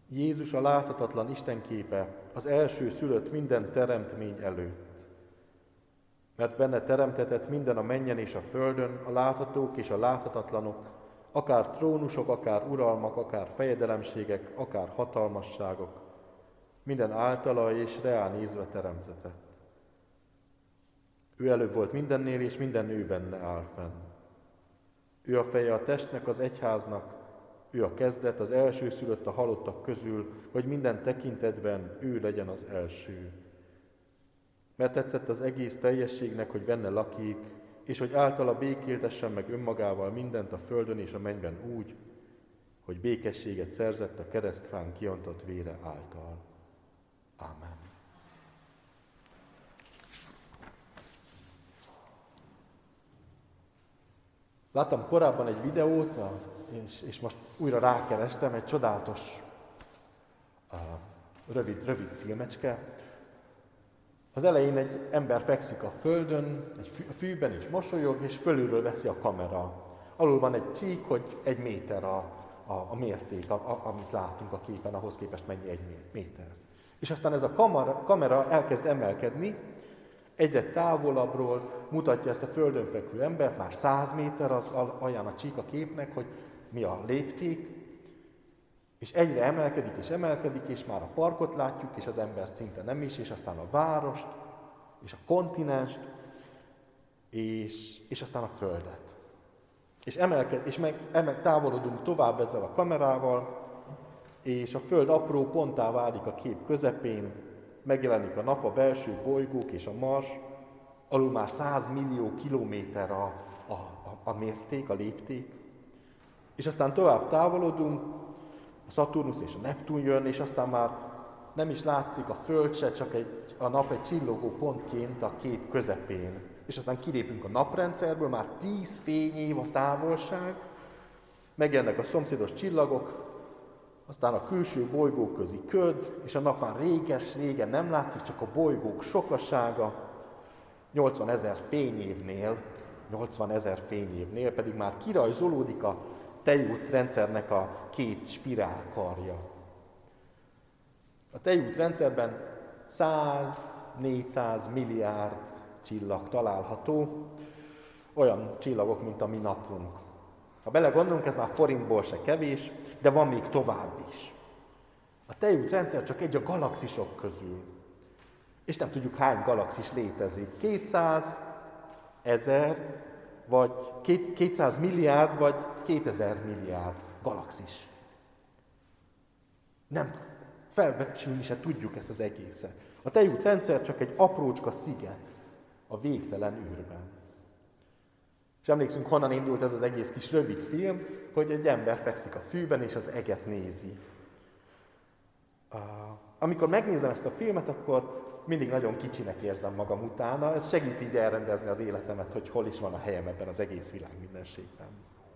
Jézus a láthatatlan Isten képe, az első szülött minden teremtmény előtt. Mert benne teremtetett minden a mennyen és a földön, a láthatók és a láthatatlanok, akár trónusok, akár uralmak, akár fejedelemségek, akár hatalmasságok, minden általa és reá nézve teremtetett. Ő előbb volt mindennél, és minden ő benne áll fenn. Ő a feje a testnek, az egyháznak, ő a kezdet, az elsőszülött a halottak közül, hogy minden tekintetben ő legyen az első. Mert tetszett az egész teljességnek, hogy benne lakik, és hogy általa békéltessen meg önmagával mindent a földön és a mennyben úgy, hogy békességet szerzett a keresztfán kiontott vére által. Ámen. Láttam korábban egy videót, és most újra rákerestem, egy csodálatos, rövid filmecske. Az elején egy ember fekszik a földön, a fűben és mosolyog, és fölülről veszi a kamera. Alul van egy csík, hogy 1 méter a mérték, amit látunk a képen, ahhoz képest mennyi 1 méter. És aztán ez a kamera elkezd emelkedni, egyre távolabbról mutatja ezt a földön fekvő embert, már 100 méter az alján a csík a képnek, hogy mi a lépték, és egyre emelkedik, és már a parkot látjuk, és az embert szinte nem is, és aztán a várost, és a kontinenst, és aztán a földet. És távolodunk tovább ezzel a kamerával, és a föld apró ponttá válik a kép közepén, megjelenik a nap, a belső bolygók és a Mars, alul már 100 millió kilométer a mérték, a lépték, és aztán tovább távolodunk, a Szaturnusz és a Neptun jön, és aztán már nem is látszik a Föld se, csak a nap egy csillogó pontként a kép közepén. És aztán kilépünk a naprendszerből, már 10 fényév a távolság, megjelennek a szomszédos csillagok, aztán a külső bolygók közi köd, és a nap már régen nem látszik, csak a bolygók sokasága. 80 000 fényévnél pedig már kirajzolódik a tejútrendszernek a 2 spirálkarja. A tejútrendszerben 100-400 milliárd csillag található, olyan csillagok, mint a mi napunk. Ha belegondolunk, ez már forintból se kevés, de van még tovább is. A tejútrendszer csak egy a galaxisok közül. És nem tudjuk, hány galaxis létezik. 200 000, vagy 200 milliárd, vagy 2000 milliárd galaxis. Nem, felbecsülni se tudjuk ezt az egészet. A tejútrendszer csak egy aprócska sziget a végtelen űrben. És emlékszünk, honnan indult ez az egész kis rövid film, hogy egy ember fekszik a fűben, és az eget nézi. Amikor megnézem ezt a filmet, akkor mindig nagyon kicsinek érzem magam utána. Ez segít így elrendezni az életemet, hogy hol is van a helyem ebben az egész világ mindenségben.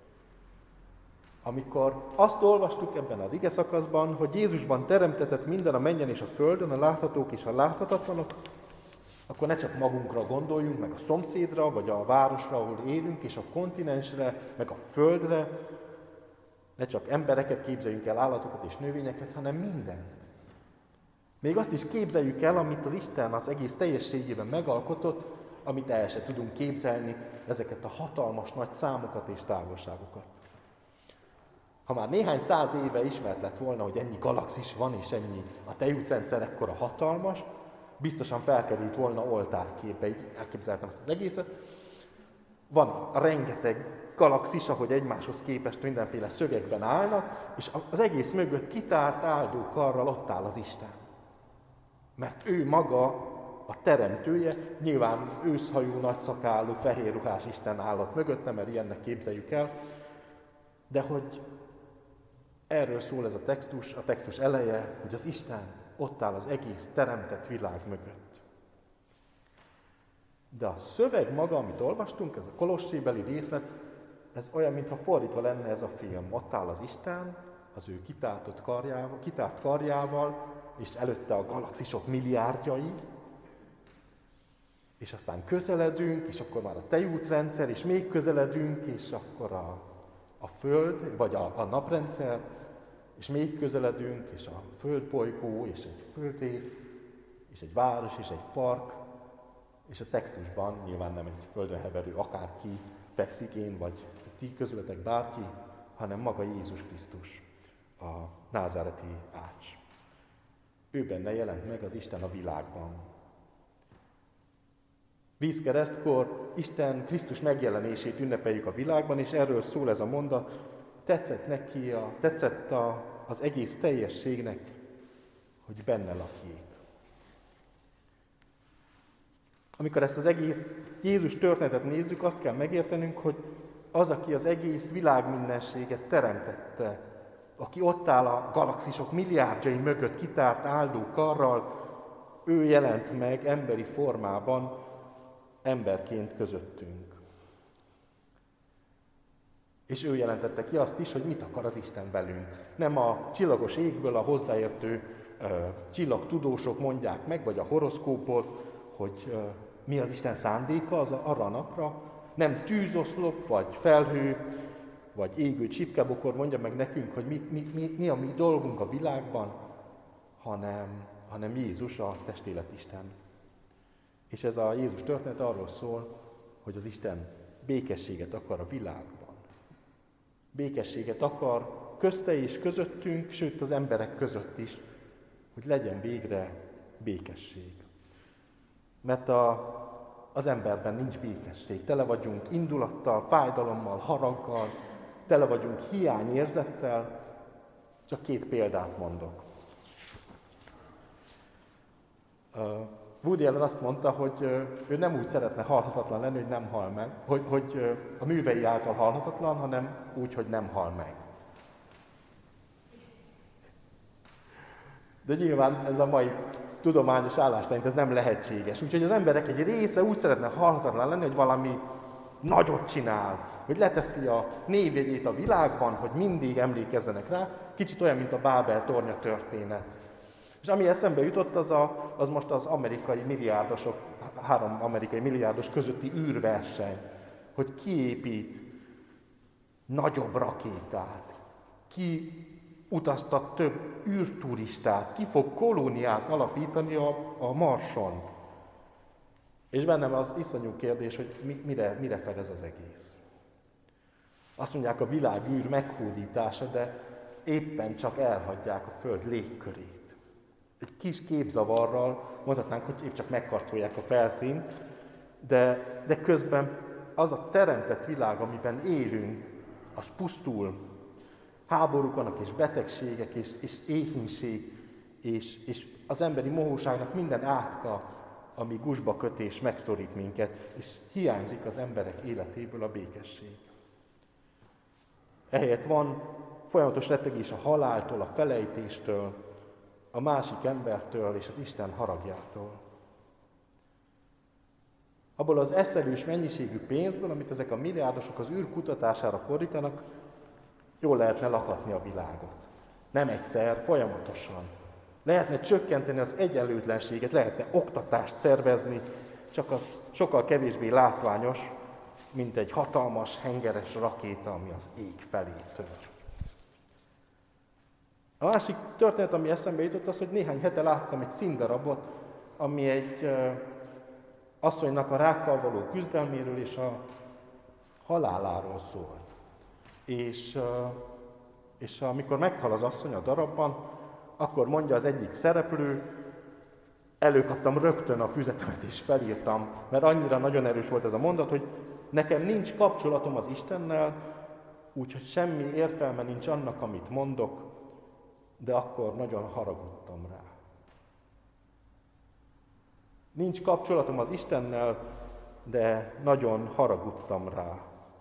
Amikor azt olvastuk ebben az ige szakaszban, hogy Jézusban teremtetett minden a mennyen és a földön, a láthatók és a láthatatlanok, akkor ne csak magunkra gondoljunk, meg a szomszédra, vagy a városra, ahol élünk, és a kontinensre, meg a földre. Ne csak embereket képzeljünk el, állatokat és növényeket, hanem mindent. Még azt is képzeljük el, amit az Isten az egész teljességében megalkotott, amit el se tudunk képzelni, ezeket a hatalmas nagy számokat és távolságokat. Ha már néhány 100 éve ismert lett volna, hogy ennyi galaxis van, és ennyi a tejútrendszer ekkora hatalmas, biztosan felkerült volna oltárképbe, így elképzeltem ezt az egészet. Van rengeteg galaxis, ahogy egymáshoz képest mindenféle szögekben állnak, és az egész mögött kitárt áldó karral ott áll az Isten. Mert ő maga a teremtője, nyilván őszhajú, nagyszakálú, fehérruhás Isten állott mögötte, mert ilyennek képzeljük el, de hogy erről szól ez a textus eleje, hogy az Isten ott áll az egész teremtett világ mögött. De a szöveg maga, amit olvastunk, ez a Kolossébeli részlet, ez olyan, mintha fordítva lenne ez a film. Ott áll az Isten, az ő kitárt karjával, és előtte a galaxisok milliárdjai, és aztán közeledünk, és akkor már a tejútrendszer, és még közeledünk, és akkor a Föld, vagy a naprendszer, és még közeledünk, és a földbolygó, és egy földrész, és egy város, és egy park, és a textusban nyilván nem egy földön heverő akárki fekszik én, vagy ti közületek bárki, hanem maga Jézus Krisztus, a názáreti ács. Ő benne jelent meg az Isten a világban. Vízkeresztkor Isten Krisztus megjelenését ünnepeljük a világban, és erről szól ez a mondat. Tetszett az egész teljességnek, hogy benne lakjék. Amikor ezt az egész Jézus történetet nézzük, azt kell megértenünk, hogy az, aki az egész világ mindenséget teremtette, aki ott áll a galaxisok milliárdjai mögött kitárt áldó karral, ő jelent meg emberi formában, emberként közöttünk. És ő jelentette ki azt is, hogy mit akar az Isten velünk. Nem a csillagos égből a hozzáértő csillagtudósok mondják meg, vagy a horoszkópot, hogy mi az Isten szándéka arra a napra. Nem tűzoszlop, vagy felhő, vagy égő csipkebokor mondja meg nekünk, hogy mi a mi dolgunk a világban, hanem Jézus, a testéletisten. És ez a Jézus történet arról szól, hogy az Isten békességet akar a világban. Békességet akar közte és közöttünk, sőt az emberek között is, hogy legyen végre békesség. Mert az emberben nincs békesség. Tele vagyunk indulattal, fájdalommal, haraggal, tele vagyunk hiányérzettel. Csak 2 példát mondok. Woody Allen azt mondta, hogy ő nem úgy szeretne halhatatlan lenni, hogy nem hal meg, hogy a művei által halhatatlan, hanem úgy, hogy nem hal meg. De nyilván ez a mai tudományos állás szerint ez nem lehetséges. Úgyhogy az emberek egy része úgy szeretne halhatatlan lenni, hogy valami nagyot csinál, hogy leteszi a névjegyét a világban, hogy mindig emlékezzenek rá, kicsit olyan, mint a Bábel tornya történet. És ami eszembe jutott, az most az amerikai milliárdosok, 3 amerikai milliárdos közötti űrverseny, hogy ki épít nagyobb rakétát, ki utaztat több űrturistát, ki fog kolóniát alapítani a Marson. És bennem az iszonyú kérdés, hogy mire fel ez az egész. Azt mondják, a világ űr meghódítása, de éppen csak elhagyják a Föld légkörét. Egy kis képzavarral mondhatnánk, hogy épp csak megkarcolják a felszínt, de közben az a teremtett világ, amiben élünk, az pusztul. Háborúk vannak, és betegségek, és éhínség, és az emberi mohóságnak minden átka, ami gusba kötés megszorít minket, és hiányzik az emberek életéből a békesség. Ehelyett van folyamatos rettegés a haláltól, a felejtéstől, a másik embertől és az Isten haragjától. Abból az eszelős mennyiségű pénzből, amit ezek a milliárdosok az űr kutatására fordítanak, jól lehetne lakatni a világot. Nem egyszer, folyamatosan. Lehetne csökkenteni az egyenlőtlenséget, lehetne oktatást szervezni, csak az sokkal kevésbé látványos, mint egy hatalmas, hengeres rakéta, ami az ég felé tör. A másik történet, ami eszembe jutott, az, hogy néhány hete láttam egy színdarabot, ami egy asszonynak a rákkal való küzdelméről és a haláláról szólt. És amikor meghal az asszony a darabban, akkor mondja az egyik szereplő, előkaptam rögtön a füzetemet és felírtam, mert annyira nagyon erős volt ez a mondat, hogy nekem nincs kapcsolatom az Istennel, úgyhogy semmi értelme nincs annak, amit mondok, de akkor nagyon haragudtam rá. Nincs kapcsolatom az Istennel, de nagyon haragudtam rá.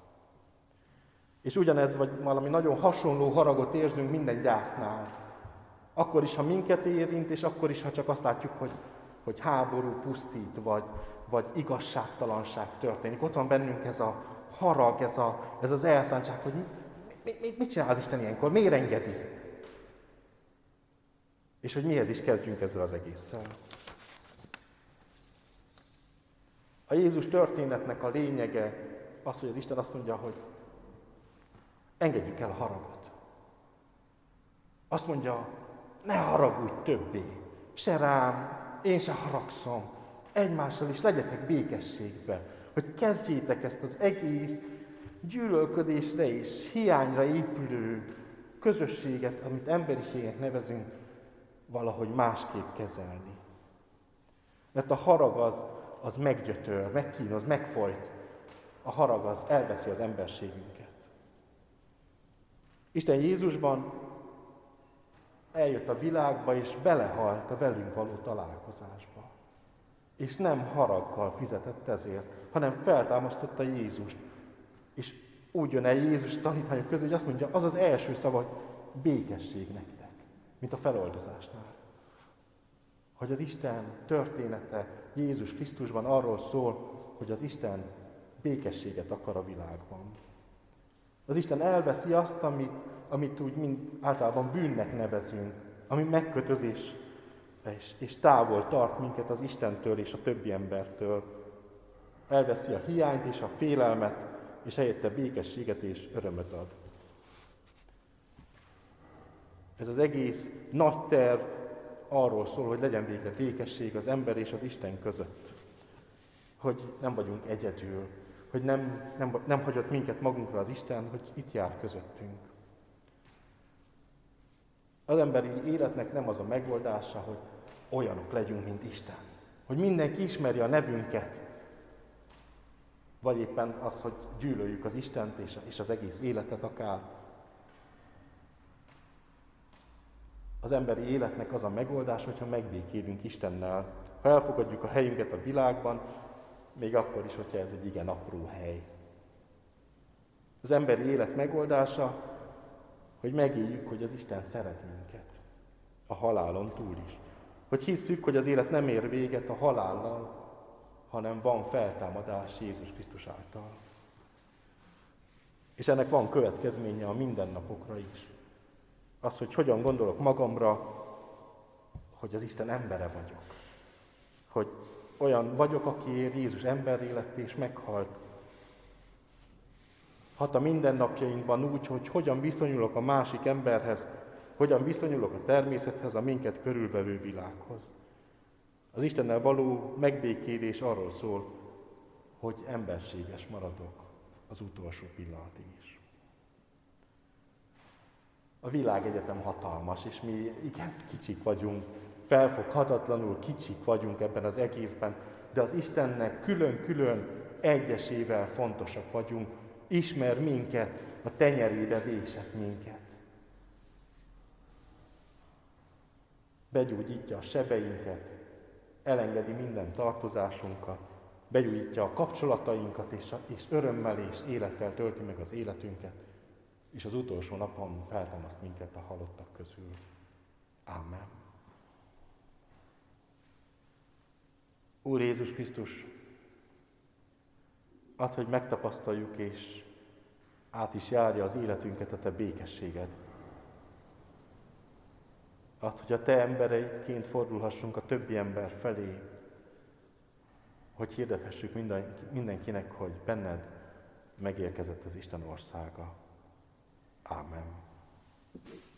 És ugyanez, vagy valami nagyon hasonló haragot érzünk minden gyásznál. Akkor is, ha minket érint, és akkor is, ha csak azt látjuk, hogy háború pusztít, vagy igazságtalanság történik. Ott van bennünk ez a harag, ez az elszántság, hogy mit csinál az Isten ilyenkor, miért engedi? És hogy mihez is kezdjünk ezzel az egésszel. A Jézus történetnek a lényege az, hogy az Isten azt mondja, hogy engedjük el a haragot. Azt mondja, ne haragudj többé, se rám, én se haragszom, egymással is legyetek békességbe, hogy kezdjétek ezt az egész gyűlölködésre és hiányra épülő közösséget, amit emberiségnek nevezünk, valahogy másképp kezelni. Mert a harag az meggyötör, megkínoz, megfojt. A harag az elveszi az emberségünket. Isten Jézusban eljött a világba, és belehalt a velünk való találkozásba. És nem haraggal fizetett ezért, hanem feltámasztotta Jézust. És úgy jön el Jézus tanítványok közül, hogy azt mondja, az az első szava, hogy békesség nektek, mint a feloldozásnál. Hogy az Isten története Jézus Krisztusban arról szól, hogy az Isten békességet akar a világban. Az Isten elveszi azt, amit úgy általában bűnnek nevezünk, ami megkötözés és távol tart minket az Istentől és a többi embertől. Elveszi a hiányt és a félelmet, és helyette békességet és örömöt ad. Ez az egész nagy terv arról szól, hogy legyen végre békesség az ember és az Isten között. Hogy nem vagyunk egyedül, hogy nem hagyott minket magunkra az Isten, hogy itt jár közöttünk. Az emberi életnek nem az a megoldása, hogy olyanok legyünk, mint Isten. Hogy mindenki ismerje a nevünket, vagy éppen az, hogy gyűlöljük az Istent és az egész életet akár. Az emberi életnek az a megoldás, hogyha megbékélünk Istennel, ha elfogadjuk a helyünket a világban, még akkor is, hogyha ez egy igen apró hely. Az emberi élet megoldása, hogy megéljük, hogy az Isten szeret minket, a halálon túl is. Hogy hisszük, hogy az élet nem ér véget a halállal, hanem van feltámadás Jézus Krisztus által. És ennek van következménye a mindennapokra is. Az, hogy hogyan gondolok magamra, hogy az Isten embere vagyok. Hogy olyan vagyok, akiért Jézus emberré lett és meghalt. Hat a mindennapjainkban úgy, hogy hogyan viszonyulok a másik emberhez, hogyan viszonyulok a természethez, a minket körülvevő világhoz. Az Istennel való megbékélés arról szól, hogy emberséges maradok az utolsó pillanatig is. A világegyetem hatalmas, és mi igen kicsik vagyunk, felfoghatatlanul kicsik vagyunk ebben az egészben, de az Istennek külön-külön egyesével fontosak vagyunk, ismer minket, a tenyerébe vésett minket. Begyógyítja a sebeinket, elengedi minden tartozásunkat, begyújtja a kapcsolatainkat, és örömmel és élettel tölti meg az életünket, és az utolsó napon feltámaszt minket a halottak közül. Ámen. Úr Jézus Krisztus, add, hogy megtapasztaljuk, és át is járja az életünket a Te békességed. Add, hogy a Te embereidként fordulhassunk a többi ember felé, hogy hirdethessük mindenkinek, hogy benned megérkezett az Isten országa. Ámen.